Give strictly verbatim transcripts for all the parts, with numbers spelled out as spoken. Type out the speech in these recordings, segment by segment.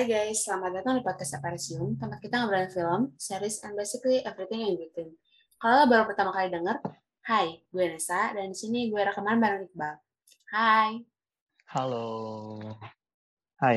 Hai guys, selamat datang di podcast Aparisium, tempat kita ngobrolin film, series, and basically everything in between. Kalau lo baru pertama kali denger, hai, gue Nesa, dan di sini gue rekaman bareng Iqbal. Hai. Halo. Hai.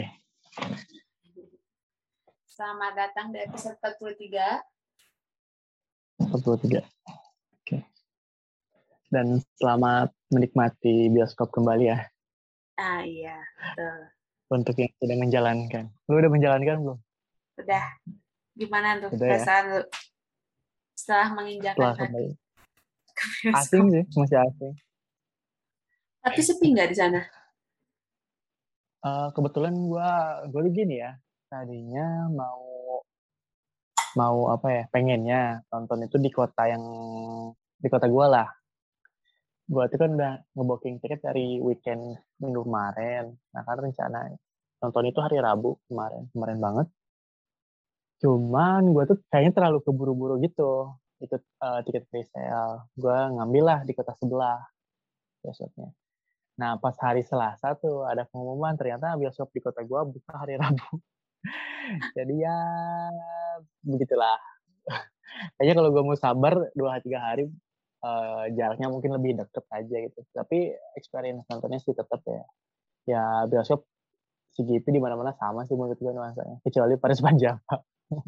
Selamat datang di episode empat puluh tiga. empat puluh tiga. Oke. Dan selamat menikmati bioskop kembali ya. Ah iya, betul. Untuk yang sudah menjalankan. Lu udah menjalankan belum? Udah. Gimana tuh Udah perasaan ya? lu setelah menginjakan Setelah kaki kembali. ke bioskop? Asing sih, masih asing. Tapi sepi nggak di sana? Uh, kebetulan gue gue gini ya. Tadinya mau mau apa ya? Pengennya nonton itu di kota yang di kota gue lah. Gue tuh kan udah ngebooking tiket dari weekend minggu kemarin. Nah kan rencana nonton itu hari Rabu kemarin, kemarin banget. Cuman gue tuh kayaknya terlalu keburu-buru gitu ikut uh, tiket presale. Gue ngambil lah di kota sebelah biasanya. Nah pas hari Selasa tuh ada pengumuman ternyata bioskop di kota gue buka hari Rabu. Jadi ya begitulah. Kayaknya kalau gue mau sabar dua tiga hari uh, jaraknya mungkin lebih deket aja gitu. Tapi experience nontonnya sih tetap ya. Ya bioskop C G V di mana-mana sama sih menurut gue nuansanya. Kecuali Paris Panjapa.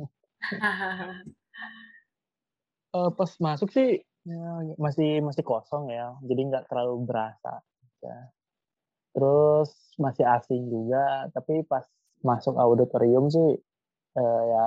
Uh, pas masuk sih ya, masih masih kosong ya, jadi nggak terlalu berasa. Ya. Terus masih asing juga, tapi pas masuk auditorium sih uh, ya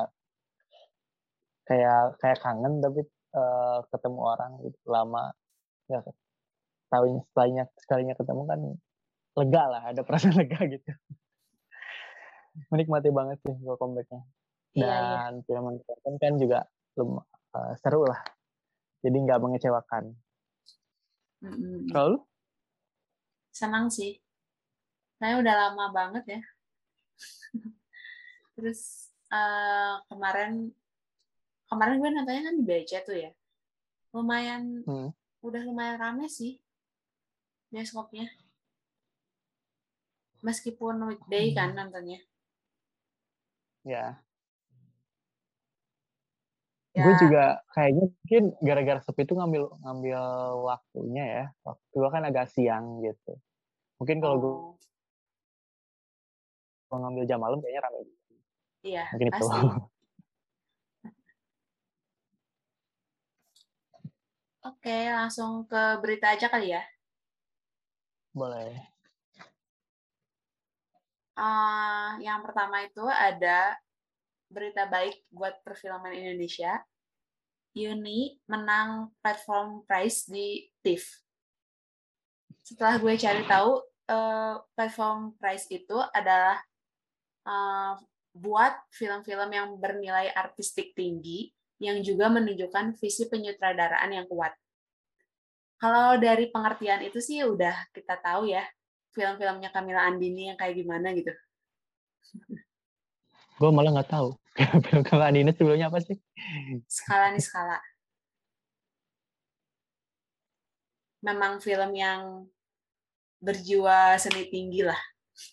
kayak kayak kangen tapi uh, ketemu orang gitu lama ya tahunya setelahnya sekalinya ketemu kan lega lah, ada perasaan lega gitu. Menikmati banget sih gue comebacknya. Iya, iya. Dan film yang ditonton kan juga lum, uh, seru lah, jadi nggak mengecewakan. Mm-mm. Kalau lu? Senang sih. Saya udah lama banget ya. Terus uh, kemarin kemarin gue nontonnya kan di B C tuh ya. Lumayan, Hmm. udah lumayan rame sih bioskopnya. Meskipun weekday kan nontonnya. Ya. Ya. Gue juga kayaknya mungkin gara-gara sepi itu ngambil ngambil waktunya ya. Waktu gue kan agak siang gitu. Mungkin kalau gue Oh, ngambil jam malam kayaknya ramai. iya, Mungkin itu. pasti. Oke, langsung ke berita aja kali ya. Boleh. Uh, yang pertama itu ada berita baik buat perfilman Indonesia. Uni menang platform prize di T I F F. Setelah gue cari tahu, uh, platform prize itu adalah uh, buat film-film yang bernilai artistik tinggi yang juga menunjukkan visi penyutradaraan yang kuat. Kalau dari pengertian itu sih udah kita tahu ya, film-filmnya Camilla Andini yang kayak gimana gitu. Gue malah nggak tahu. Film Kang Andina sebelumnya apa sih? Skala nih skala. Memang film yang berjiwa seni tinggi lah.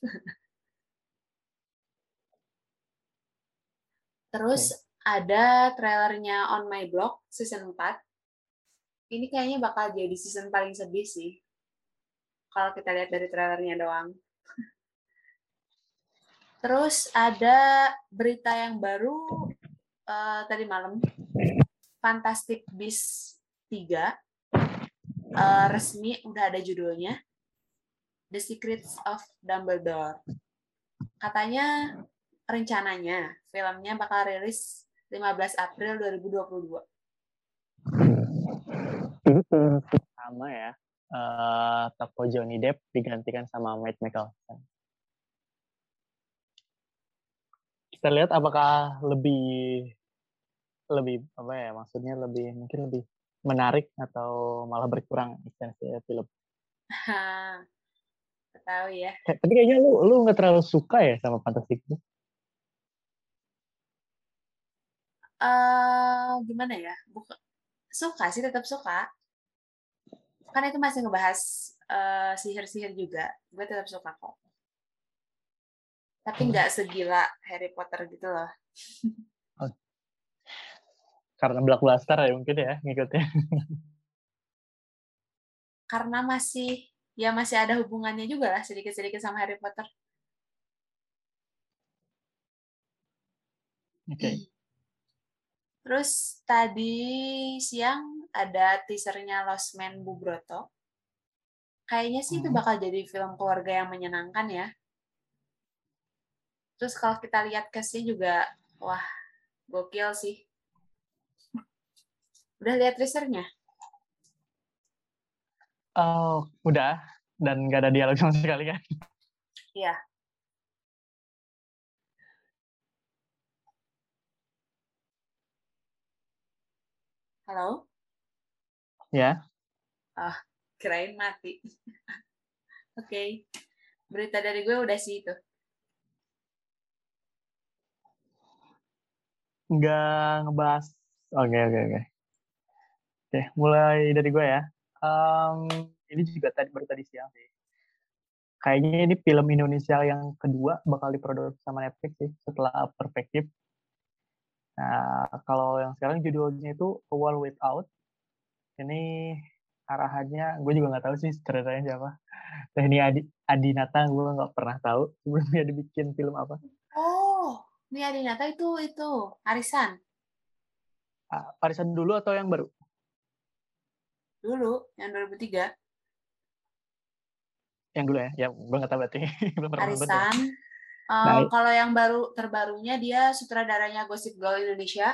Terus okay. Ada trailernya On My Block season empat. Ini kayaknya bakal jadi season paling sedih sih. Kalau kita lihat dari trailernya doang. Terus ada berita yang baru uh, tadi malam. Fantastic Beasts tiga. Uh, resmi udah ada judulnya. The Secrets of Dumbledore. Katanya rencananya filmnya bakal rilis lima belas April dua ribu dua puluh dua. Sama ya. Uh, tokoh Johnny Depp digantikan sama Matt Mikkelsen. Kita lihat apakah lebih lebih apa ya maksudnya lebih mungkin lebih menarik atau malah berkurang ekstensi film. Tahu ya. Tapi kayaknya lu lu nggak terlalu suka ya sama Fantastic Beasts. Uh, gimana ya? Buka, suka sih, tetap suka. Kan itu masih ngebahas uh, sihir-sihir juga. Gue tetap suka kok. Tapi nggak segila Harry Potter gitu loh. Oh, karena blockbuster ya mungkin ya ngikutnya. Karena masih ya masih ada hubungannya juga lah sedikit-sedikit sama Harry Potter. Oke. Okay. Terus tadi siang ada teasernya Lost Man Bu Broto. Kayaknya sih itu Hmm. bakal jadi film keluarga yang menyenangkan ya. Terus kalau kita lihat cast-nya juga, wah, gokil sih. Udah lihat teasernya? Oh, udah. Dan nggak ada dialog sama sekali kan? Iya. Halo? Ya. Ah, kirain mati. Oke. Okay. Berita dari gue udah sih itu. Nggak ngebahas. Oke, okay, oke, okay, oke. Okay. Oke, mulai dari gue ya. Um, ini juga tadi baru tadi siang sih. Kayaknya ini film Indonesia yang kedua bakal diproduksi sama Netflix sih setelah Perspektif. Nah, kalau yang sekarang judulnya itu A World Without. Ini arahannya, gue juga nggak tahu sih sutradaranya siapa. Tehni Adi, Adinata, gue nggak pernah tahu sebelumnya dibikin film apa. Oh, Nia Dinata itu itu Arisan. Ah, Arisan dulu atau yang baru? Dulu, yang dua ribu tiga. Yang dulu ya, yang gue nggak tahu berarti belum pernah nonton ya. Arisan. Nah, Uh, kalau yang baru terbarunya dia sutradaranya Gossip Girl Indonesia.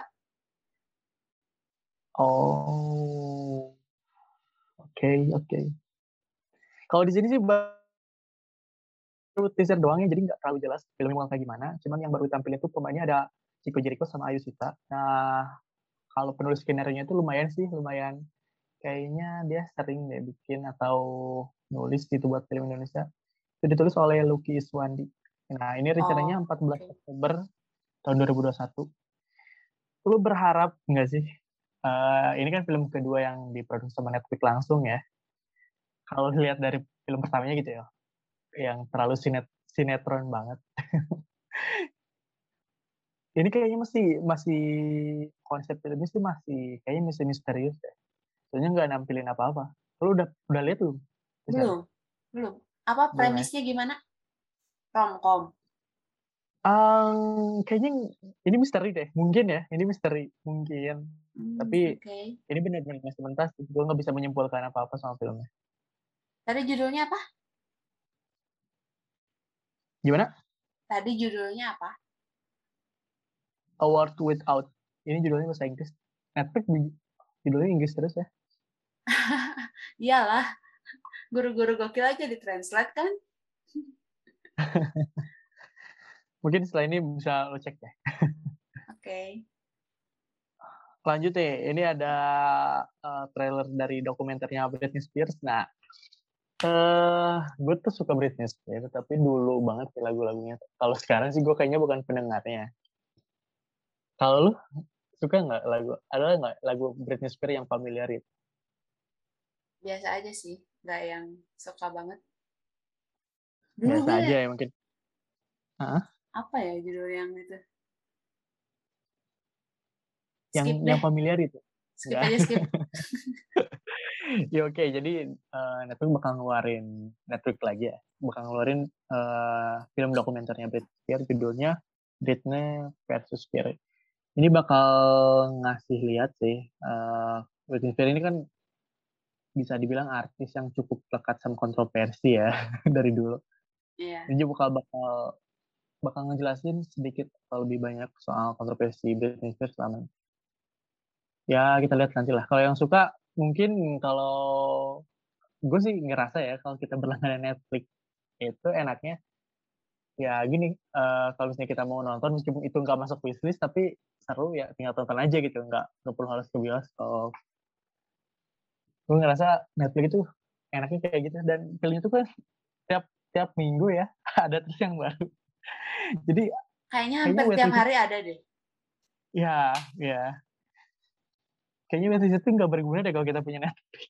oh, oke okay, oke. Okay. Kalau di sini sih baru teaser doangnya, jadi nggak terlalu jelas filmnya mau kayak gimana. Cuman yang baru tampil itu pemainnya ada Chico Jericho sama Ayu Sita. Nah, kalau penulis skenario-nya itu lumayan sih, lumayan. Kayaknya dia sering deh bikin atau nulis gitu buat film Indonesia. Itu ditulis oleh Lucky Iswandi. Nah, ini rencananya Oh, empat belas oke. Oktober tahun dua ribu dua puluh satu. Lu berharap nggak sih? Uh, ini kan film kedua yang diproduksi sama Netflix langsung ya. Kalau lihat dari film pertamanya gitu ya, yang terlalu sinet sinetron banget. Ini kayaknya masih masih konsep filmnya sih masih kayaknya masih misterius ya. Soalnya nggak nampilin apa-apa. Lu udah udah lihat belum? Belum. Belum. Apa Belum ya? premisnya gimana? Romcom. Um, kayaknya ini misteri deh, mungkin ya. Ini misteri mungkin. Hmm, Tapi oke. Okay. ini benar-benar masih mentah. Gue nggak bisa menyimpulkan apa-apa sama filmnya. Tadi judulnya apa? Gimana? Tadi judulnya apa? A World Without. Ini judulnya bahasa Inggris. Netflix judulnya Inggris terus ya. Iyalah, guru-guru gokil aja ditranslate kan? Mungkin setelah ini bisa lo cek ya. Oke. Okay. Lanjut nih, ini ada uh, trailer dari dokumenternya Britney Spears. Nah, uh, gue tuh suka Britney Spears, tapi dulu banget sih lagu-lagunya. Kalau sekarang sih gue kayaknya bukan pendengarnya. Kalau lu suka nggak lagu, ada nggak lagu Britney Spears yang familiar itu? Biasa aja sih, nggak yang suka banget. Dulu Biasa gue, aja ya mungkin. Hah? apa ya judul yang itu? Yang Skip yang deh. familiar itu? Skip Enggak. aja, skip. Ya oke, okay. Jadi uh, Netflix bakal ngeluarin Netflix lagi ya, bakal ngeluarin uh, film dokumenternya Britney Spears, judulnya Britney versus Spears. Ini bakal ngasih lihat sih, uh, Britney Spears ini kan bisa dibilang artis yang cukup lekat sama kontroversi ya dari dulu. Iya. Ini bakal bakal bakal ngejelasin sedikit atau lebih banyak soal kontroversi Britney Spears selama ini. Ya kita lihat nanti lah. Kalau yang suka mungkin kalau gue sih ngerasa ya kalau kita berlangganan Netflix itu enaknya ya gini, uh, kalau misalnya kita mau nonton meskipun itu nggak masuk wishlist tapi seru ya tinggal tonton aja gitu, nggak nggak perlu harus ke bioskop. Gue ngerasa Netflix itu enaknya kayak gitu, dan filmnya itu kan tiap tiap minggu ya ada terus yang baru. Jadi Kayaknya kayaknya hampir tiap wishlist hari ada deh. ya ya kayaknya wishlist itu nggak berguna deh kalau kita punya Netflix.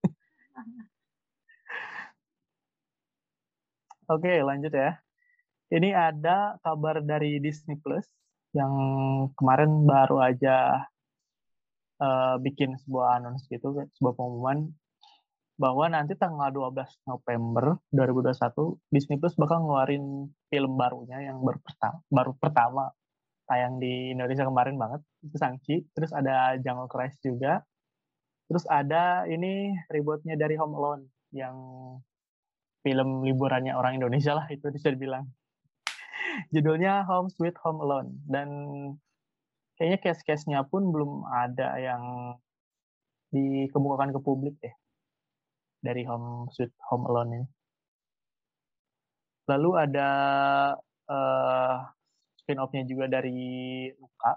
Oke, lanjut ya. ini ada kabar dari Disney Plus yang kemarin baru aja uh, bikin sebuah announce gitu, sebuah pengumuman bahwa nanti tanggal dua belas November dua ribu dua puluh satu Disney Plus bakal ngeluarin film barunya yang baru pertama, baru pertama tayang di Indonesia kemarin banget, itu Shang-Chi. Terus ada Jungle Cruise juga. Terus ada ini rebootnya dari Home Alone yang film liburannya orang Indonesia lah, itu bisa dibilang. Judulnya Home Sweet Home Alone. Dan kayaknya case-case-nya pun belum ada yang dikemukakan ke publik deh dari Home Sweet Home Alone ini. Lalu ada uh, spin-off-nya juga dari Luca.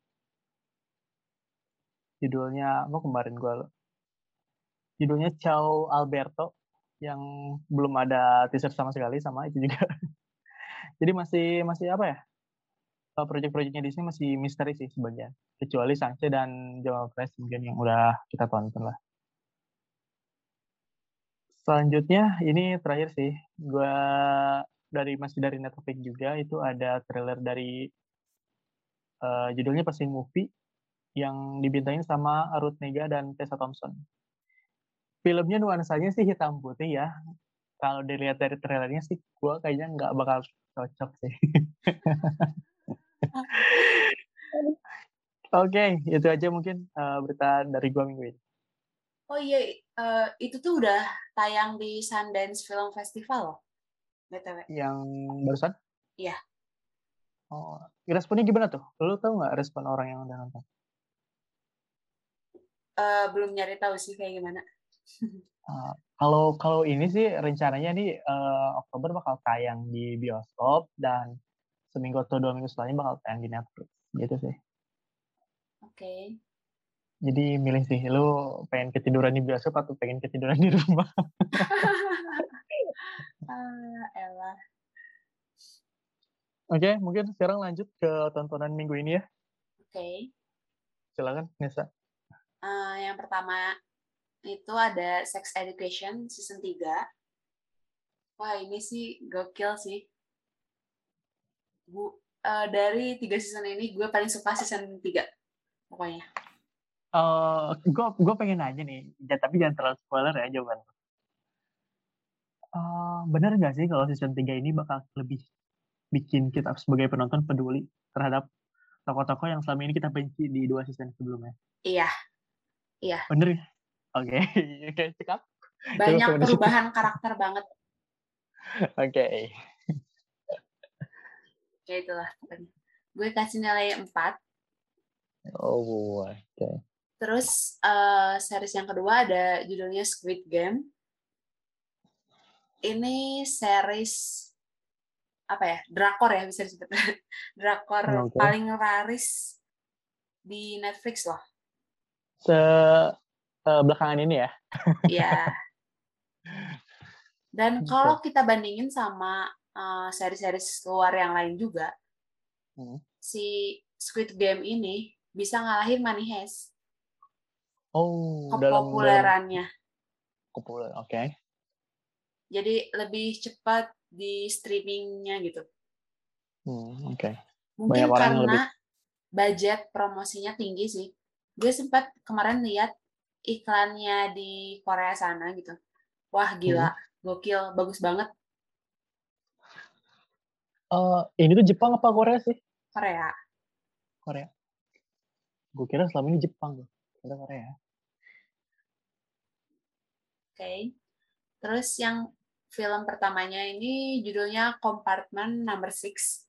Judulnya, apa kemarin gue judulnya Ciao Alberto, yang belum ada teaser sama sekali sama itu juga. Jadi masih masih apa ya? Proyek-proyeknya Disney masih misteri sih sebagian. Kecuali Shang-Chi dan Jungle Cruise mungkin yang udah kita tonton lah. Selanjutnya ini terakhir sih, gue dari masih dari Netflix juga, itu ada trailer dari uh, judulnya Passing Movie yang dibintangin sama Ruth Negga dan Tessa Thompson. Filmnya nuansanya sih hitam putih ya. Kalau dilihat dari trailernya sih, gue kayaknya nggak bakal cocok sih. Oke, okay, itu aja mungkin uh, berita dari gue minggu ini. Oh iya, uh, itu tuh udah tayang di Sundance Film Festival loh, B T W. Yang barusan? Iya. Oh, responnya gimana tuh? Lu tahu nggak respon orang yang udah nonton? Uh, belum nyari tahu sih kayak gimana. Uh, kalau kalau ini sih rencananya nih uh, Oktober bakal tayang di bioskop dan seminggu atau dua minggu setelahnya bakal tayang di Netflix gitu sih. Oke. Okay. Jadi milih sih, lu pengen ketiduran di bioskop atau pengen ketiduran di rumah? ah, elah. Oke, okay, mungkin sekarang lanjut ke tontonan minggu ini ya. Oke. Okay. Silakan, Nesa. Uh, yang pertama itu ada Sex Education season tiga. Wah, ini sih gokil sih. Bu, uh, dari tiga season ini gue paling suka season tiga pokoknya. Uh, gue gue pengen nanya nih, tapi jangan terlalu spoiler ya jawaban. Uh, benar nggak sih kalau season tiga ini bakal lebih bikin kita sebagai penonton peduli terhadap tokoh-tokoh yang selama ini kita benci di dua season sebelumnya? Iya, iya. Bener ya? Oke, oke, cekap. Banyak perubahan karakter banget. Oke. Okay. Ya itulah. Gue kasih nilai empat. Oh, oke. Okay. Terus uh, series yang kedua ada judulnya Squid Game. Ini series apa ya? Drakor ya bisa disebut. Drakor okay. Paling laris di Netflix loh. Se uh, belakangan ini ya? Iya. Dan okay. Kalau kita bandingin sama uh, series-series luar yang lain juga, hmm. si Squid Game ini bisa ngalahin Money Heist. Oh, kepopulerannya. Populer, oke. Okay. Jadi lebih cepat di streamingnya gitu. Hmm, oke. Okay. Mungkin karena lebih... budget promosinya tinggi sih. Gue sempat kemarin lihat iklannya di Korea sana gitu. Wah gila, hmm. gokil, bagus banget. Uh, ini tuh Jepang apa Korea sih? Korea. Korea. Gue kira selama ini Jepang loh. Kira Korea. Oke. Okay. Terus yang film pertamanya ini judulnya Compartment Number Six.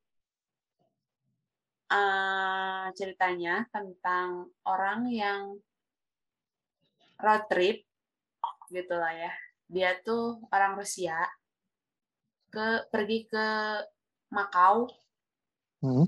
Uh, ceritanya tentang orang yang road trip gitu lah ya. Dia tuh orang Rusia ke pergi ke Makau hmm.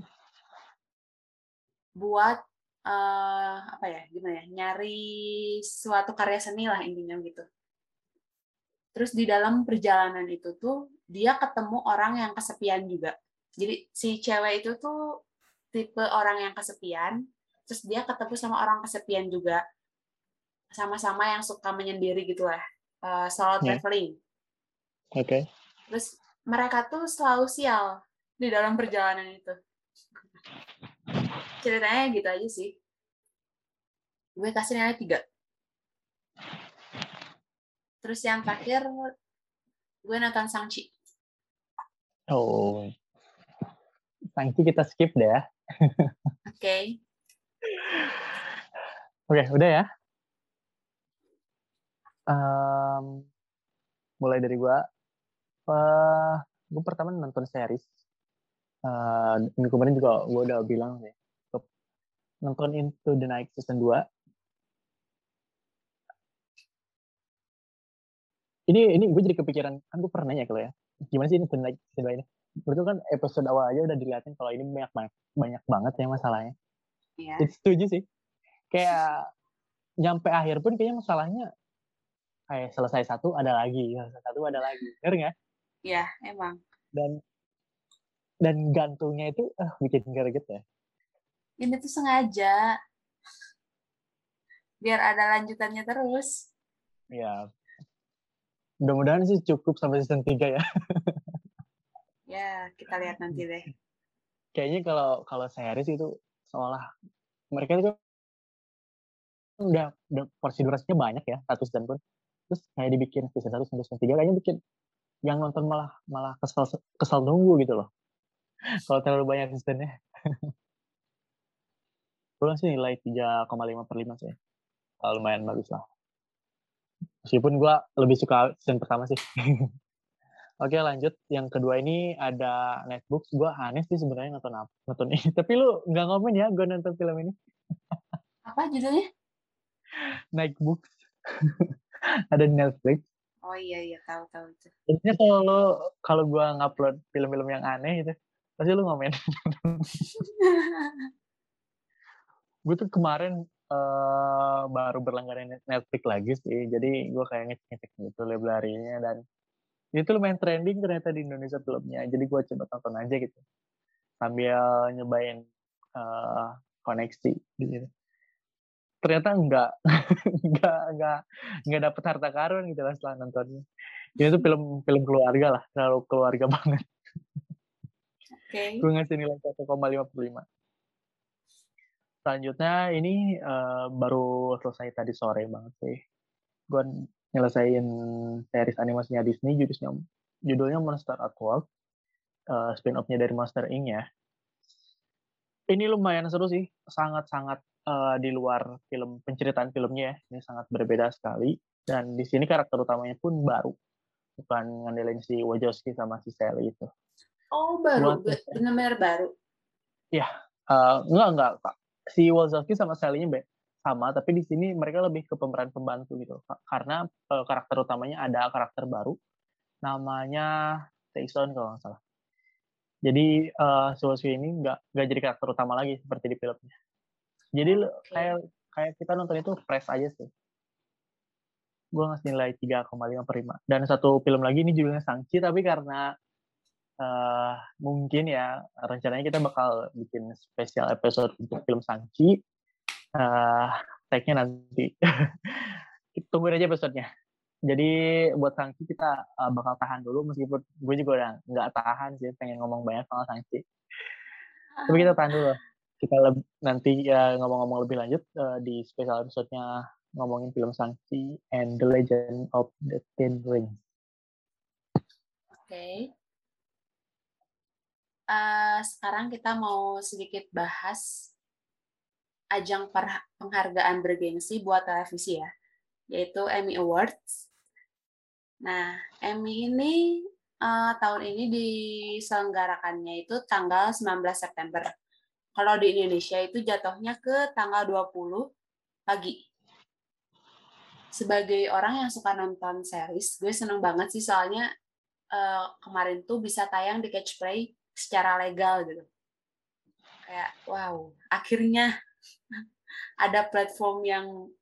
buat uh, apa ya gimana ya nyari suatu karya seni lah intinya gitu. Terus di dalam perjalanan itu tuh dia ketemu orang yang kesepian juga. Jadi si cewek itu tuh tipe orang yang kesepian, terus dia ketemu sama orang kesepian juga. Sama-sama yang suka menyendiri gitu lah. Uh, solo yeah. traveling. Oke. Okay. Terus mereka tuh selalu sial di dalam perjalanan itu. Ceritanya gitu aja sih. Gue kasih nilai tiga. Terus yang terakhir, gue nonton Shang-Chi. Oh, Shang-Chi kita skip deh ya. Oke. Okay. Oke, okay, udah ya. Um, mulai dari gue. Uh, gue pertama nonton series. Uh, kemarin juga gue udah bilang ya. Nonton Into the Night season dua. Ini ini gue jadi kepikiran, kan gue pernah nanya kalau ya, gimana sih ini Into the Night season dua ini? Berarti kan episode awal aja udah dilihatin kalau ini banyak banyak, banyak banget ya masalahnya. Iya. Itu setuju sih. Kayak nyampe akhir pun kayaknya masalahnya kayak selesai satu ada lagi, selesai satu ada lagi. Bener nggak? Iya, emang. Dan dan gantungnya itu ah bikin greget ya. Ini tuh sengaja biar ada lanjutannya terus. Ya. Mudah-mudahan sih cukup sampai season tiga ya. Ya, kita lihat nanti deh. Kayaknya kalau kalau series itu seolah mereka itu udah, udah porsi durasinya banyak ya, satu season pun. Terus kayak dibikin season satu sampai season tiga kayaknya bikin yang nonton malah malah kesel kesel nunggu gitu loh. Kalau terlalu banyak seasonnya. Gue sih nilai tiga koma lima per lima sih. Kalau lumayan bagus lah. Meskipun gue lebih suka season pertama sih. Oke lanjut. Yang kedua ini ada Netflix. Gue aneh sih sebenarnya nonton apa, nonton ini. Tapi lu nggak ngomong ya gue nonton film ini. Apa judulnya? Nightbooks. Ada di Netflix. Oh iya iya tahu tahu itu. Biasanya kalau lo kalau gue ngupload film-film yang aneh gitu, pasti lu ngomen. Gue tuh kemarin uh, baru berlangganan Netflix lagi sih, jadi gue kayak ngecek gitu library-nya dan itu lumayan trending ternyata di Indonesia filmnya, jadi gue coba tonton aja gitu sambil nyobain uh, koneksi gitu. Ternyata enggak enggak enggak enggak dapet harta karun gitu lah setelah nontonnya. Ini tuh film film keluarga lah, terlalu keluarga banget. Oke. Okay. Gue ngasih nilai satu koma lima per lima. Selanjutnya ini uh, baru selesai tadi sore banget sih. Gue nyelesain series animasinya Disney, judulnya judulnya Monster at Work, uh, spin-off-nya dari Monster Incorporated ya. Ini lumayan seru sih, sangat-sangat uh, di luar film penceritaan filmnya ya. Ini sangat berbeda sekali. Dan di sini karakter utamanya pun baru, bukan ngandelin si Wachowski sama si Sally itu. Oh baru, benar-benar baru. Ya, uh, enggak enggak Pak. Si Wachowski sama Sally-nya sama, tapi di sini mereka lebih ke pemeran pembantu gitu. Karena uh, karakter utamanya ada karakter baru, namanya Tyson kalau nggak salah. Jadi uh, si Wachowski ini nggak nggak jadi karakter utama lagi seperti di filmnya. Jadi okay. kayak kayak kita nonton itu fresh aja sih. Gue ngasih nilai tiga koma lima per lima. Dan satu film lagi ini judulnya Shang-Chi, tapi karena uh, mungkin ya rencananya kita bakal bikin spesial episode untuk film Shang-Chi. Uh, tag-nya nanti. Tungguin aja episode-nya. Jadi buat Shang-Chi kita uh, bakal tahan dulu, meskipun gue juga udah nggak tahan sih, pengen ngomong banyak soal Shang-Chi. Tapi kita tahan dulu. Kita le- nanti uh, ngomong-ngomong lebih lanjut uh, di spesial episode-nya ngomongin film Shang-Chi and the Legend of the Ten Rings. Oke. Okay. Uh, sekarang kita mau sedikit bahas ajang penghargaan bergengsi buat televisi ya, yaitu Emmy Awards. Nah, Emmy ini uh, tahun ini diselenggarakannya itu tanggal sembilan belas September. Kalau di Indonesia itu jatuhnya ke tanggal dua puluh pagi. Sebagai orang yang suka nonton series, gue seneng banget sih soalnya uh, kemarin tuh bisa tayang di Catch Play secara legal gitu. Kayak wow, akhirnya ada platform yang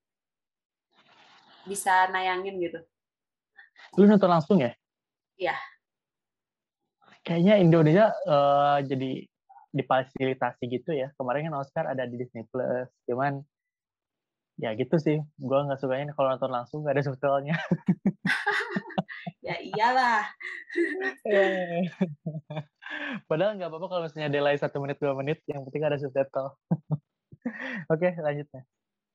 bisa nayangin gitu. Lu nonton langsung ya? Iya. Kayaknya Indonesia uh, jadi difasilitasi gitu ya. Kemarin kan Oscar ada di Disney Plus, cuman ya gitu sih. Gue nggak sukanya kalau nonton langsung nggak ada subtitlenya. Ya iyalah. Eh, Padahal nggak apa-apa kalau misalnya delay satu menit dua menit, yang penting ada subtitle. Oke, lanjut ya.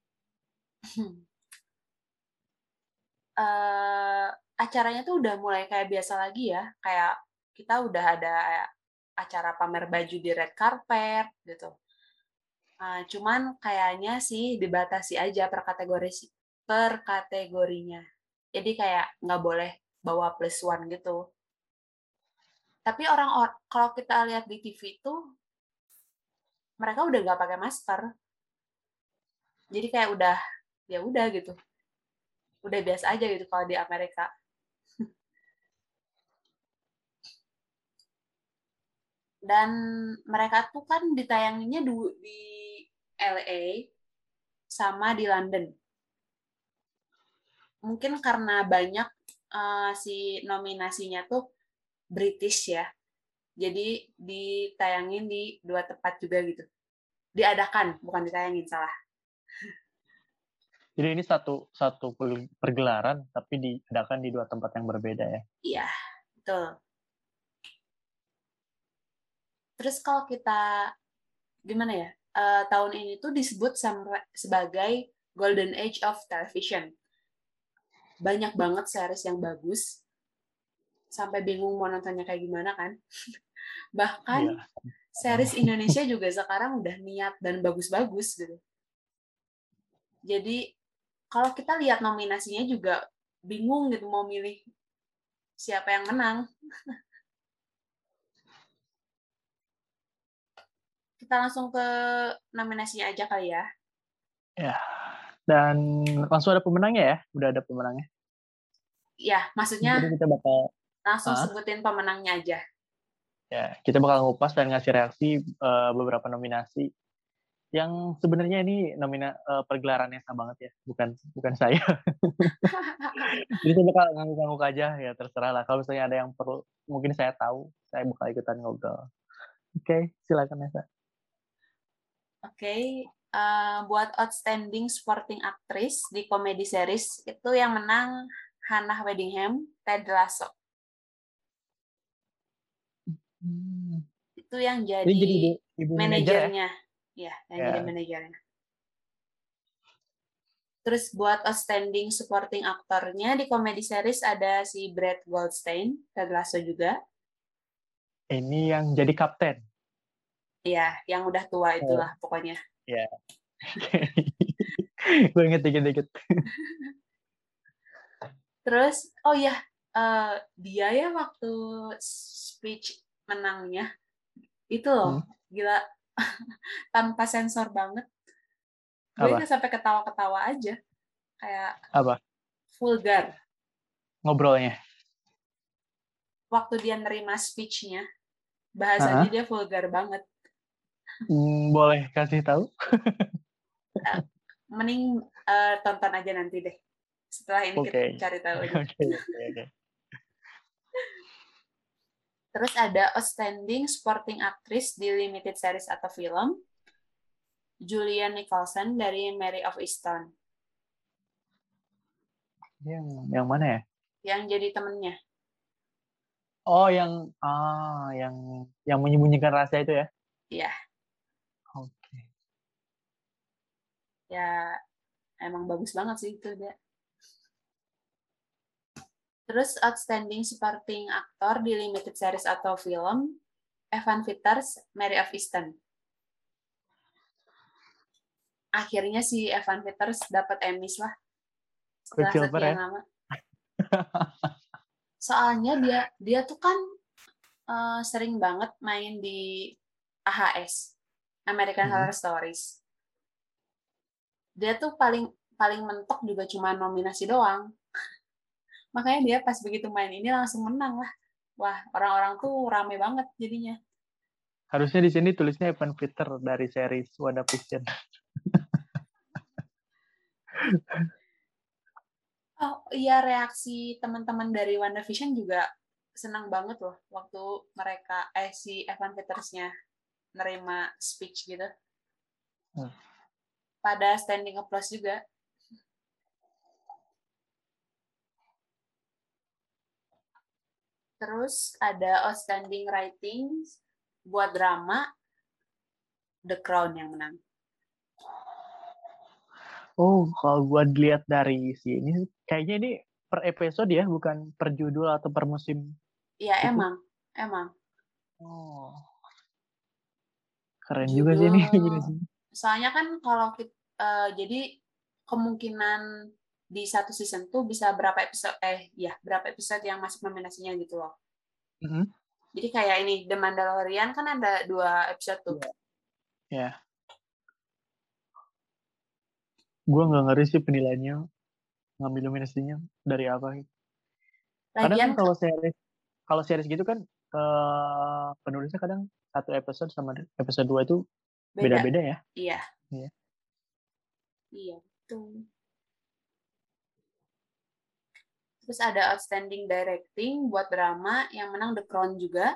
uh, Acaranya tuh udah mulai kayak biasa lagi ya, kayak kita udah ada acara pamer baju di red carpet gitu. Uh, cuman kayaknya sih dibatasi aja per kategori per kategorinya. Jadi kayak nggak boleh bawa plus one gitu. Tapi orang kalau kita lihat di T V itu mereka udah nggak pakai masker. Jadi kayak udah ya udah gitu. Udah biasa aja gitu kalau di Amerika. Dan mereka tuh kan ditayanginnya di L A sama di London. Mungkin karena banyak uh, si nominasinya tuh British ya. Jadi ditayangin di dua tempat juga gitu. Diadakan, bukan ditayangin, salah. Jadi ini satu satu pergelaran tapi diadakan di dua tempat yang berbeda ya. Iya, betul. Terus kalau kita gimana ya? Uh, tahun ini tuh disebut sebagai Golden Age of Television. Banyak banget series yang bagus. Sampai bingung mau nontonnya kayak gimana kan. Bahkan Iya. series Indonesia juga sekarang udah niat dan bagus-bagus gitu. Jadi kalau kita lihat nominasinya juga bingung gitu mau milih siapa yang menang. Kita langsung ke nominasinya aja kali ya. Ya. Dan langsung ada pemenangnya ya? Udah ada pemenangnya? Ya, maksudnya Jadi kita bakal langsung uh, sebutin pemenangnya aja. Ya, kita bakal ngupas dan ngasih reaksi uh, beberapa nominasi yang sebenarnya ini nomina uh, pergelaran yang sama banget ya, bukan bukan saya. Jadi saya bakal ngangguk-ngangguk aja ya, terserah lah. Kalau misalnya ada yang perlu, mungkin saya tahu, saya bakal ikutan ngobrol. Oke, okay, silakan Nesa. Oke, okay. uh, buat Outstanding Supporting Actress di Comedy Series itu yang menang Hannah Waddingham, Ted Lasso. Hmm. Itu yang jadi, jadi ibu, ibu manajernya. Ya, ya, yang ya. jadi manajernya. Terus buat Outstanding Supporting Actor-nya di Comedy Series ada si Brad Goldstein, Ted Lasso juga. Ini yang jadi kapten. Iya, yang udah tua itulah oh. pokoknya. Iya. Gue inget dikit-dikit. Terus, oh ya, uh, dia ya waktu speech menangnya, itu loh, hmm. gila, tanpa sensor banget. Gue nggak sampai ketawa-ketawa aja. Kayak apa? Vulgar. Ngobrolnya? Waktu dia nerima speech-nya, bahasanya uh-huh. dia vulgar banget. Hmm, boleh kasih tahu? uh, mending uh, tonton aja nanti deh. Setelah ini okay. kita cari tahu aja. Okay, okay, okay. Terus ada Outstanding Supporting Actress di Limited Series atau Film, Julian Nicholson dari Mary of Easttown. Yang yang mana ya? Yang jadi temennya. Oh, yang ah, yang yang menyembunyikan rahasia itu ya? Iya. Oke. Okay. Ya, emang bagus banget sih itu dia. Terus Outstanding Supporting Actor di Limited Series atau Film, Evan Peters, Mary of Easttown. Akhirnya si Evan Peters dapat Emmys lah. Setelah Quicksilver sekian ya? lama. Soalnya dia dia tuh kan uh, sering banget main di A H S, American hmm. Horror Stories. Dia tuh paling paling mentok juga cuma nominasi doang. Makanya dia pas begitu main ini langsung menang lah. Wah, orang-orang tuh rame banget jadinya. Harusnya di sini tulisnya Evan Peter dari series WandaVision. Oh iya, reaksi teman-teman dari WandaVision juga senang banget loh waktu mereka eh si Evan Peters-nya nerima speech gitu. Hmm. Pada standing applause juga. Terus ada outstanding writing buat drama, The Crown yang menang. Oh, kalau gue dilihat dari sini, kayaknya ini per episode ya, bukan per judul atau per musim. Iya, Itu. emang. Emang. Oh. Keren juga sih Judul. ini. Soalnya kan kalau kita, uh, jadi kemungkinan di satu season tuh bisa berapa episode, eh ya berapa episode yang masuk nominasinya gitu loh. Mm-hmm. Jadi kayak ini, The Mandalorian kan ada dua episode tuh. Ya. Yeah. Yeah. Gue nggak ngerti sih penilaiannya, ngambil nominasinya dari apa. Kadang kan Lagian kalau series, kalau series gitu kan eh, penulisnya kadang satu episode sama episode dua itu beda. beda-beda ya. Iya. Iya. Iya, betul. Terus ada outstanding directing buat drama yang menang The Crown juga.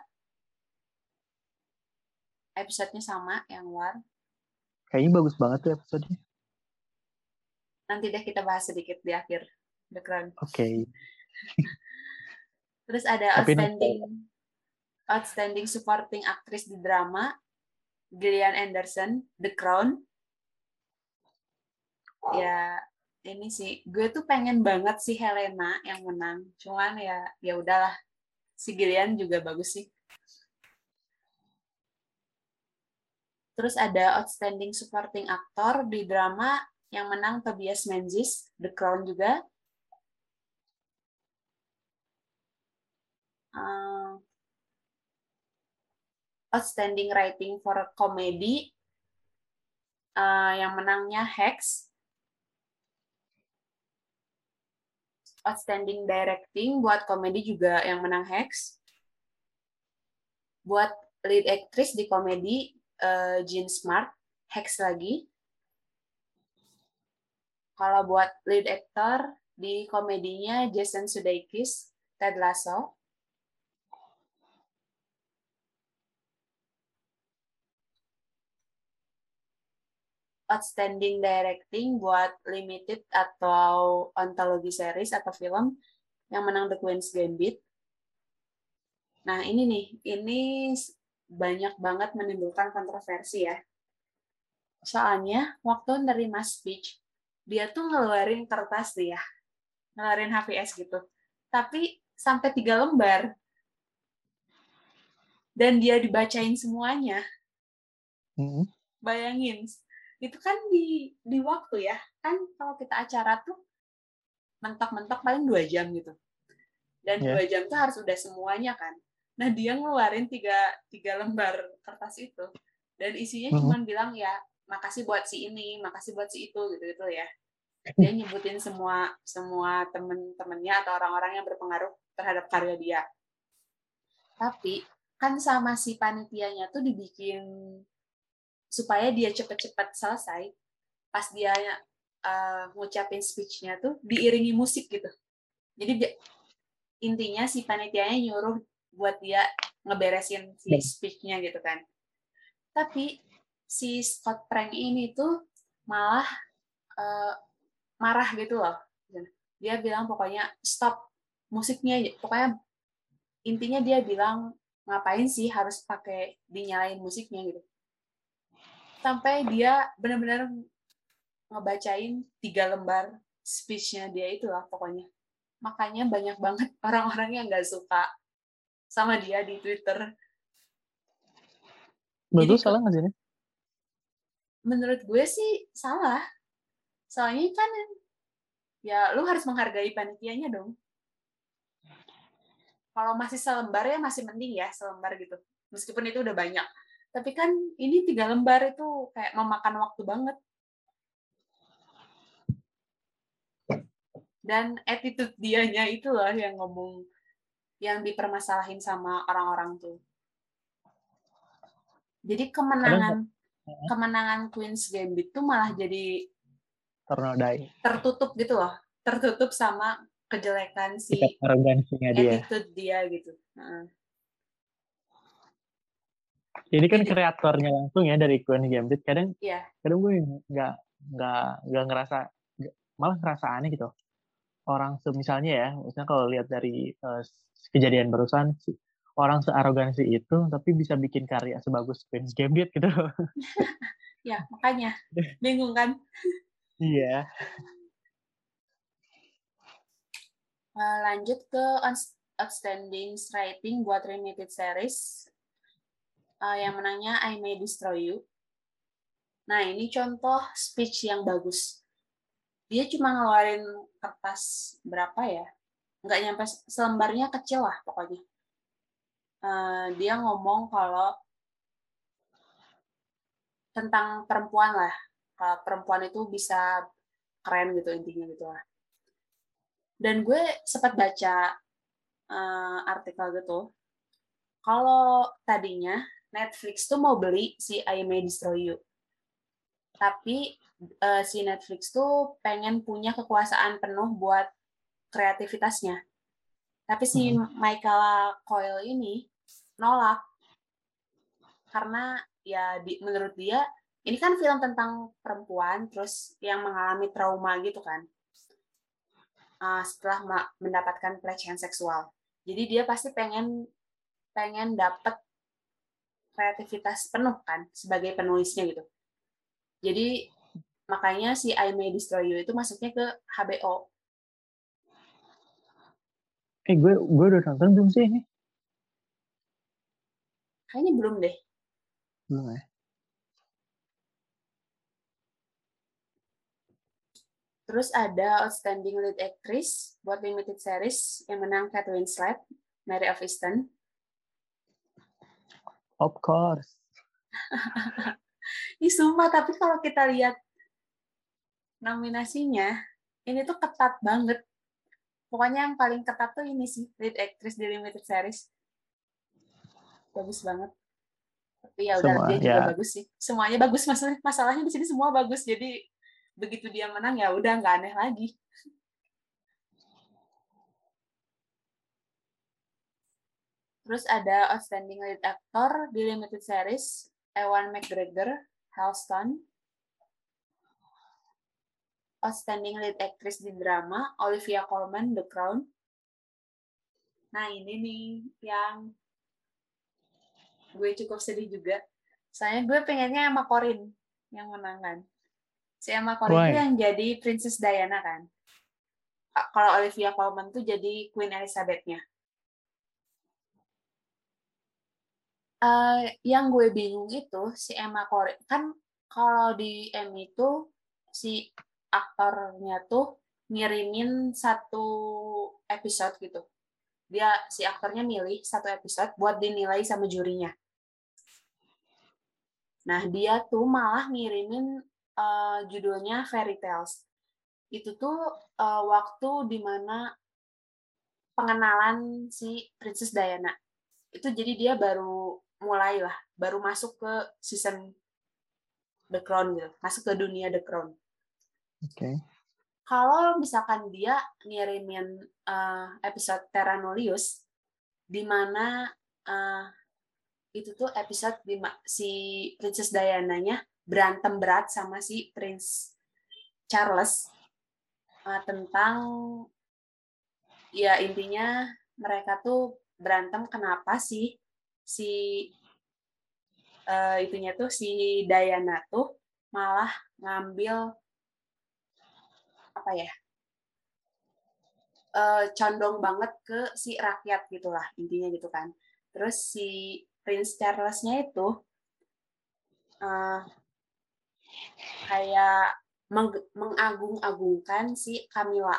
Episodenya sama yang War. Kayaknya bagus banget tuh episodenya. Nanti deh kita bahas sedikit di akhir The Crown. Oke. Okay. Terus ada Tapi outstanding outstanding supporting actress di drama, Gillian Anderson, The Crown. Ya ini sih, gue tuh pengen banget si Helena yang menang. Cuman ya ya udahlah, si Gillian juga bagus sih. Terus ada outstanding supporting actor di drama yang menang Tobias Menzies, The Crown juga. Uh, outstanding writing for comedy uh, yang menangnya Hex. Outstanding directing buat komedi juga yang menang Hex. Buat lead actress di komedi uh, Jean Smart, Hex lagi. Kalau buat lead actor di komedinya Jason Sudeikis, Ted Lasso. Outstanding directing buat limited atau anthology series atau film yang menang The Queen's Gambit. Nah ini nih, ini banyak banget menimbulkan kontroversi ya. Soalnya waktu nerima speech, dia tuh ngeluarin kertas nih ya, ngeluarin H V S gitu. Tapi sampai tiga lembar. Dan dia dibacain semuanya. Mm-hmm. Bayangin, itu kan di di waktu ya. Kan kalau kita acara tuh mentok-mentok paling dua jam gitu. Dan yeah. dua jam tuh harus udah semuanya kan. Nah dia ngeluarin tiga, tiga lembar kertas itu. Dan isinya mm-hmm. cuma bilang ya, makasih buat si ini, makasih buat si itu gitu-gitu ya. Dia nyebutin semua semua temen-temennya atau orang-orang yang berpengaruh terhadap karya dia. Tapi kan sama si panitianya tuh dibikin supaya dia cepet-cepet selesai. Pas dia uh, ngucapin speech-nya tuh diiringi musik gitu. Jadi intinya si panitianya nyuruh buat dia ngeberesin si speech-nya gitu kan. Tapi si Scott Prank ini tuh malah uh, marah gitu loh. Dia bilang pokoknya stop musiknya, pokoknya intinya dia bilang ngapain sih harus pakai dinyalain musiknya gitu. Sampai dia benar-benar ngebacain tiga lembar speech-nya dia itu lah pokoknya. Makanya banyak banget orang-orang yang nggak suka sama dia di Twitter. Menurut salah nggak sih ini? Menurut gue sih salah. Soalnya kan ya lu harus menghargai panitianya dong. Kalau masih selembar ya masih mending ya selembar gitu. Meskipun itu udah banyak. Tapi kan ini tiga lembar itu kayak memakan waktu banget. Dan attitude dianya itu loh yang ngomong, yang dipermasalahin sama orang-orang tuh. Jadi kemenangan Kadang, kemenangan Queen's Gambit tuh malah jadi ternodai. Tertutup gitu loh. Tertutup sama kejelekan si arogansinya dia. Attitude dia gitu. Nah. Ini kan jadi, kreatornya langsung ya dari Queen's Gambit. Kadang, iya. kadang gue nggak nggak nggak ngerasa, malah ngerasa aneh gitu. orang semisalnya ya, misalnya kalau lihat dari uh, kejadian barusan, orang searogansi itu tapi bisa bikin karya sebagus Queen's Gambit gitu. Ya, makanya bingung kan? Iya. Uh, lanjut ke outstanding writing buat limited series. Uh, yang menangnya I May Destroy You. Nah, ini contoh speech yang bagus. Dia cuma ngeluarin kertas berapa ya? Nggak nyampe selembarnya, kecil lah pokoknya. Uh, dia ngomong kalau tentang perempuan lah. Kalau perempuan itu bisa keren gitu intinya gitu lah. Dan gue sempat baca uh, artikel gitu. Kalau tadinya Netflix tuh mau beli si I May Destroy You. Tapi uh, si Netflix tuh pengen punya kekuasaan penuh buat kreativitasnya. Tapi si Hmm. Michaela Coel ini nolak karena ya di, menurut dia ini kan film tentang perempuan terus yang mengalami trauma gitu kan uh, setelah mendapatkan pelecehan seksual. Jadi dia pasti pengen pengen dapat kreativitas penuh kan sebagai penulisnya gitu. Jadi makanya si I May Destroy You itu masuknya ke H B O. Eh gue gue udah nonton belum sih ini? Kayaknya belum deh. Belum ya. Terus ada Outstanding Lead Actress buat limited series yang menang Kate Winslet, Mary of Easton. Of course. Ini sumpah, tapi kalau kita lihat nominasinya, ini tuh ketat banget. Pokoknya yang paling ketat tuh ini sih, lead actress di limited series. Bagus banget. Tapi ya udah, dia juga ya. bagus sih. Semuanya bagus, masalah masalahnya di sini semua bagus. Jadi begitu dia menang ya udah nggak aneh lagi. Terus ada Outstanding Lead Actor di limited series, Ewan McGregor, Halston. Outstanding Lead Actress di drama, Olivia Colman, The Crown. Nah, ini nih yang gue cukup sedih juga. Soalnya gue pengennya Emma Corrin yang menangan. Si Emma Corrin itu yang jadi Princess Diana kan. Kalau Olivia Colman tuh jadi Queen Elizabeth-nya. Uh, yang gue bingung itu si Emma Corrin. Kan kalau di Emmy itu si aktornya tuh ngirimin satu episode gitu. Dia si aktornya milih satu episode buat dinilai sama jurinya. Nah, dia tuh malah ngirimin uh, judulnya Fairy Tales. Itu tuh uh, waktu dimana pengenalan si Princess Diana. Itu jadi dia baru mulai lah, baru masuk ke season The Crown gitu, masuk ke dunia The Crown. Oke. Okay. Kalau misalkan dia ngirimin uh, episode Terra Nullius, di mana uh, itu tuh episode di si Princess Diana-nya berantem berat sama si Prince Charles uh, tentang ya intinya mereka tuh berantem kenapa sih si uh, itunya tuh si Diana tuh malah ngambil apa ya uh, condong banget ke si rakyat gitulah intinya gitu kan. Terus si Prince Charles-nya itu uh, kayak meng- mengagung-agungkan si Camilla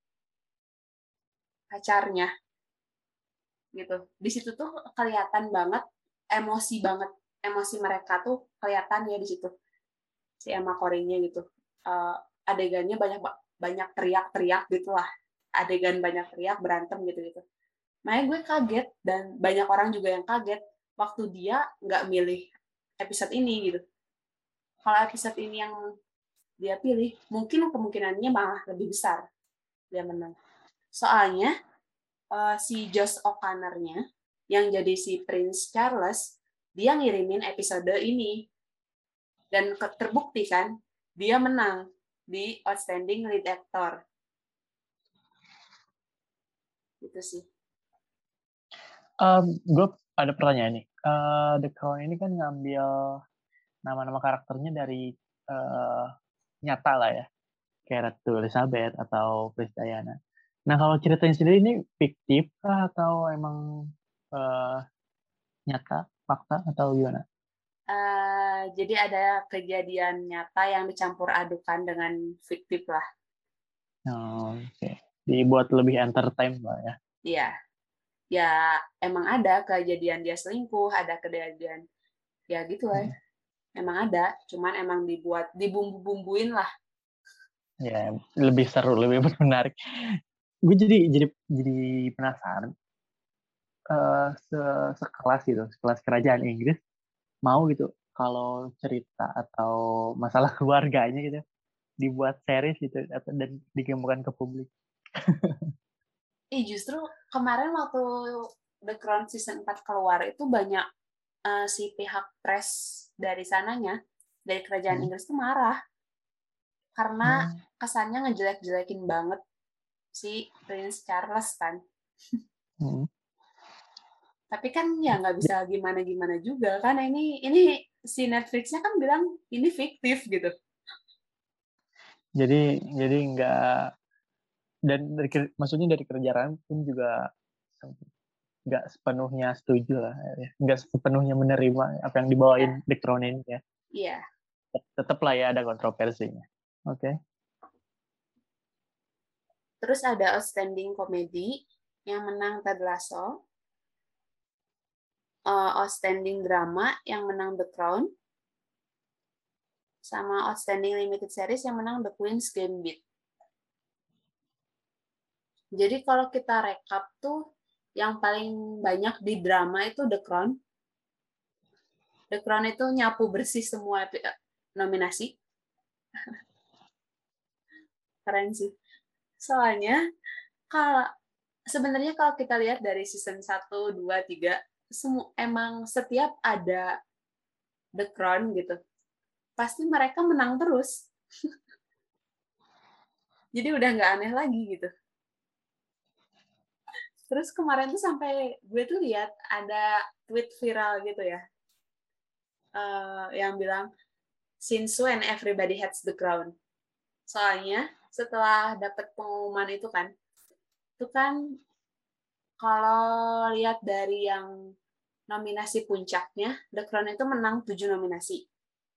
pacarnya gitu. Di situ tuh kelihatan banget emosi banget emosi mereka tuh kelihatan ya di situ si Emma Corrin-nya gitu. Uh, adegannya banyak banyak teriak-teriak gitulah. Adegan banyak teriak berantem gitu-gitu. Makanya gue kaget dan banyak orang juga yang kaget waktu dia nggak milih episode ini gitu. Kalau episode ini yang dia pilih, mungkin kemungkinannya malah lebih besar dia menang. Soalnya uh, si Josh O'Connor-nya yang jadi si Prince Charles, dia ngirimin episode ini. Dan terbukti kan, dia menang di Outstanding Lead Actor. Itu sih. Um, gue ada pertanyaan nih. Uh, The Crown ini kan ngambil nama-nama karakternya dari uh, nyata lah ya. Kayak Ratu Elizabeth atau Princess Diana. Nah, kalau ceritanya sendiri ini fiktif kah atau emang uh, nyata, fakta atau gimana? Uh, jadi ada kejadian nyata yang dicampur adukan dengan fiktif lah. Oh, oke. Okay. Dibuat lebih entertain lah ya. Iya. Ya emang ada kejadian dia selingkuh, ada kejadian ya gitu lah. Hmm. Emang ada, cuman emang dibuat dibumbu-bumbuin lah. Ya, lebih seru, lebih menarik. Gue jadi jadi jadi penasaran. Uh, se sekelas gitu, sekelas kerajaan Inggris mau gitu kalau cerita atau masalah keluarganya gitu dibuat series gitu atau dan dikembangkan ke publik. Ih, justru kemarin waktu The Crown season empat keluar itu banyak uh, si pihak press dari sananya, dari kerajaan hmm. Inggris tuh marah karena hmm. kesannya ngejelek-jelekin banget si Prince Charles kan. Hmm. Tapi kan ya nggak bisa gimana-gimana juga kan, ini ini si Netflix-nya kan bilang ini fiktif gitu. Jadi jadi nggak, dan dari, maksudnya dari kerajaan pun juga nggak sepenuhnya setuju lah, nggak sepenuhnya menerima apa yang dibawain ya. The Crown ini ya. Iya. Tetap lah ya ada kontroversinya. Oke. Okay. Terus ada Outstanding Comedy yang menang Ted Lasso. Uh, Outstanding Drama yang menang The Crown. Sama Outstanding Limited Series yang menang The Queen's Gambit. Jadi kalau kita rekap tuh, yang paling banyak di drama itu The Crown. The Crown itu nyapu bersih semua nominasi. Keren sih. Soalnya, kalau sebenarnya kalau kita lihat dari season satu, dua, tiga, semua, emang setiap ada The Crown gitu, pasti mereka menang terus. Jadi udah nggak aneh lagi gitu. Terus kemarin tuh sampai gue tuh lihat ada tweet viral gitu ya, uh, yang bilang, since when everybody hates The Crown. Soalnya setelah dapat pengumuman itu kan, itu kan kalau lihat dari yang nominasi puncaknya, The Crown itu menang tujuh nominasi.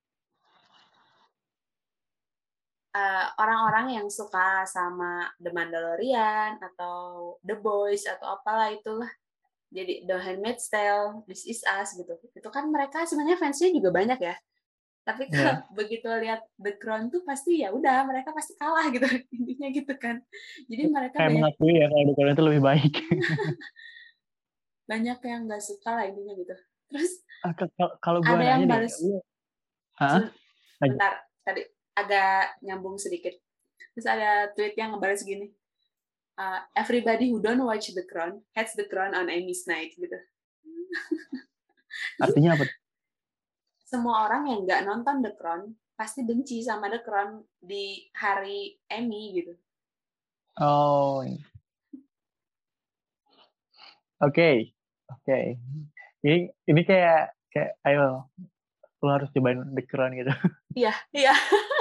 Uh, orang-orang yang suka sama The Mandalorian atau The Boys atau apalah itulah, jadi The Handmaid's Tale, This Is Us gitu. Itu kan mereka sebenarnya fansnya juga banyak ya. Tapi kalau yeah. begitu lihat The Crown tuh pasti ya udah mereka pasti kalah gitu, intinya gitu kan. Jadi mereka kayak banyak mengakui ya kalau The Crown itu lebih baik. Banyak yang nggak suka lah intinya gitu. Terus ah, kalau gue ada yang nanya balas. Nih, Hah? Bentar, tadi agak nyambung sedikit. Terus ada tweet yang ngebalas gini, uh, everybody who don't watch The Crown hates The Crown on Emmy's night gitu. Artinya apa? Semua orang yang nggak nonton The Crown pasti benci sama The Crown di hari Emmy gitu. Oh, oke, okay. oke. Okay. Ini ini kayak kayak ayo lo harus cobain The Crown gitu. Iya, iya.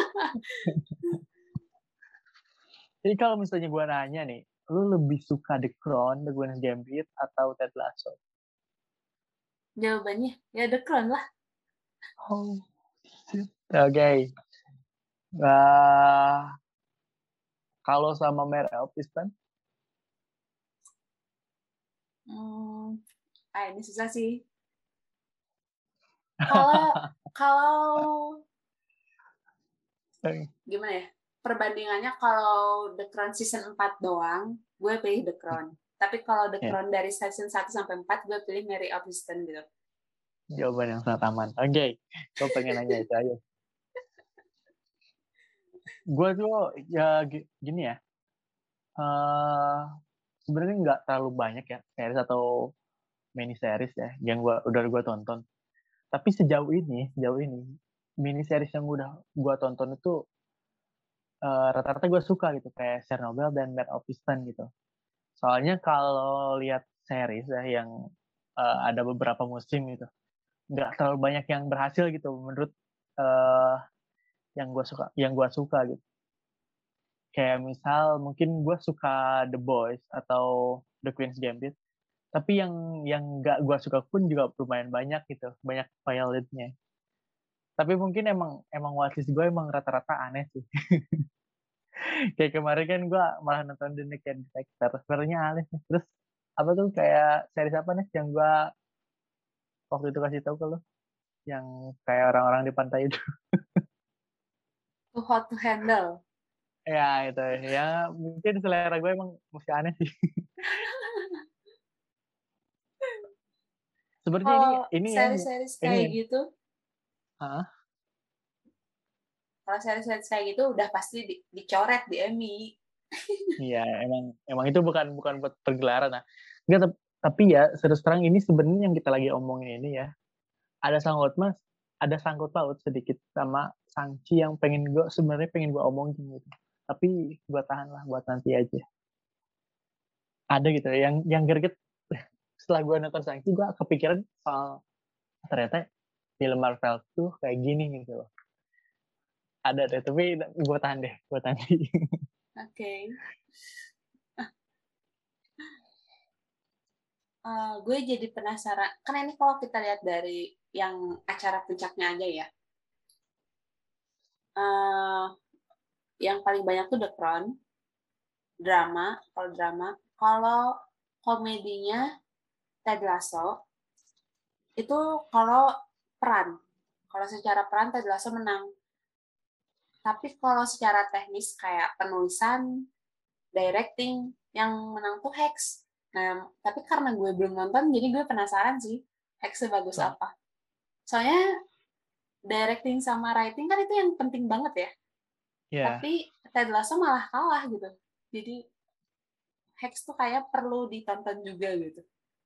Jadi kalau misalnya gue nanya nih, lo lebih suka The Crown, The Queen's Gambit, atau Ted Lasso? Jawabannya ya The Crown lah. Oh, oke. Okay. Uh, kalau sama Mare of Easttown? Hmm, ah ini susah sih. Kalau kalau gimana ya? Perbandingannya kalau The Crown season empat doang, gue pilih The Crown. Tapi kalau The Crown yeah. dari season satu sampai empat, gue pilih Mare of Easttown gitu. Jawaban yang sangat aman. Oke, okay. Gue pengen nanya itu aja. Gue tuh ya gini ya, uh, sebenarnya nggak terlalu banyak ya series atau mini series ya yang gua udah gue tonton. Tapi sejauh ini, sejauh ini mini series yang udah gue tonton itu uh, rata-rata gue suka gitu, kayak Chernobyl dan Mare of Easttown gitu. Soalnya kalau lihat series ya yang uh, ada beberapa musim gitu, nggak terlalu banyak yang berhasil gitu menurut uh, yang gue suka, yang gue suka gitu. Kayak misal mungkin gue suka The Boys atau The Queen's Gambit, tapi yang yang nggak gue suka pun juga lumayan banyak gitu, banyak violetnya. Tapi mungkin emang emang watchlist gue emang rata-rata aneh sih. Kayak kemarin kan gue malah nonton The Naked Detector, sebenarnya aneh sih. Terus apa tuh kayak series apa nih yang gue waktu itu kasih tahu ke lo, yang kayak orang-orang di pantai itu. Too Hot to Handle. Ya itu ya, mungkin selera gue emang mesti aneh sih. Sebenarnya ini Kalau ini ya series-series ini kayak ya. gitu, Hah? kalau series-series kayak gitu udah pasti di- dicoret di Emmy. Iya, emang emang itu bukan bukan buat pergelaran. Nah, enggak, tep- tapi ya terus terang ini sebenarnya yang kita lagi omongin ini ya, ada sangkut mas, ada sangkut paut sedikit sama Shang-Chi yang pengen gue sebenarnya pengen gue omongin gitu. Tapi gue tahan lah buat nanti aja. Ada gitu yang yang greget setelah gue nonton Shang-Chi gue kepikiran soal ternyata film Marvel tuh kayak gini gitu loh. Ada deh, tapi gue tahan deh buat nanti. Oke. Okay. Uh, gue jadi penasaran. Karena ini kalau kita lihat dari yang acara puncaknya aja ya. Uh, yang paling banyak tuh The Crown. Drama. Kalau drama. Kalau komedinya Ted Lasso. Itu kalau peran. Kalau secara peran Ted Lasso menang. Tapi kalau secara teknis kayak penulisan, directing, yang menang tuh Hex. Nah, tapi karena gue belum nonton, jadi gue penasaran sih Hex bagus Nah, apa. Soalnya directing sama writing kan itu yang penting banget ya. ya. Tapi Ted Lasso malah kalah gitu. Jadi Hex tuh kayak perlu ditonton juga gitu.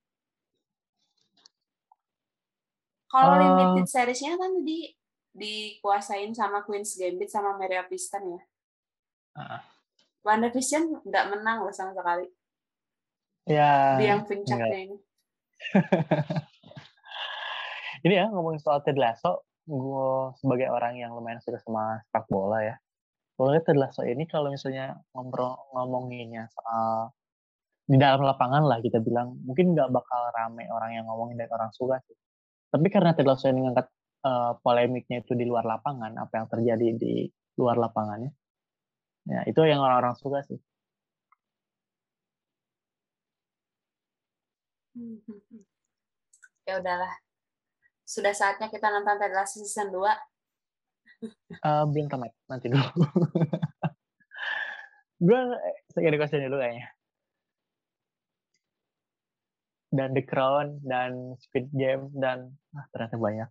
Kalau Uh, limited seriesnya kan di dikuasain sama Queen's Gambit sama Mary Apiston ya. uh, WandaVision nggak menang loh sama sekali. ya Di yang enggak. puncaknya ini. Ini ya ngomongin soal Ted Lasso, gue sebagai orang yang lumayan suka sama sepak bola ya. Gue lihat Ted Lasso ini kalau misalnya ngobrol ngomonginnya soal di dalam lapangan lah kita bilang, mungkin nggak bakal rame orang yang ngomongin dan orang suka sih. Tapi karena Ted Lasso ini ngangkat uh, polemiknya itu di luar lapangan, apa yang terjadi di luar lapangannya, ya itu yang orang-orang suka sih. Ya udahlah. Sudah saatnya kita nonton Ted Lasso season dua. Uh, belum tamat, nanti dulu. Gue segini question dulu kayaknya. Dan The Crown, dan Squid Game, dan ah, ternyata banyak.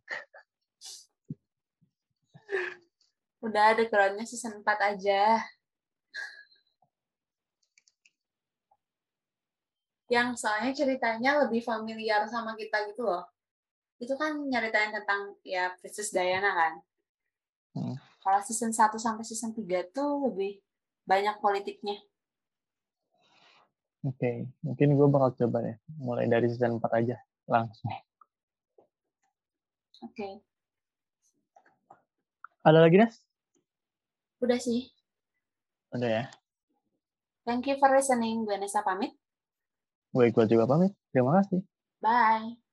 Udah ada Crown-nya season empat aja. Yang soalnya ceritanya lebih familiar sama kita gitu loh. Itu kan nyeritain tentang ya Princess Diana kan. Hmm. Kalau season satu sampai season tiga tuh lebih banyak politiknya. Oke, okay. Mungkin gue bakal coba deh. Mulai dari season empat aja, langsung. Oke. Okay. Ada lagi, Nes? Udah sih. Udah ya. Thank you for listening. Gue Nesa pamit. Gue ikut juga pamit. Terima kasih. Bye.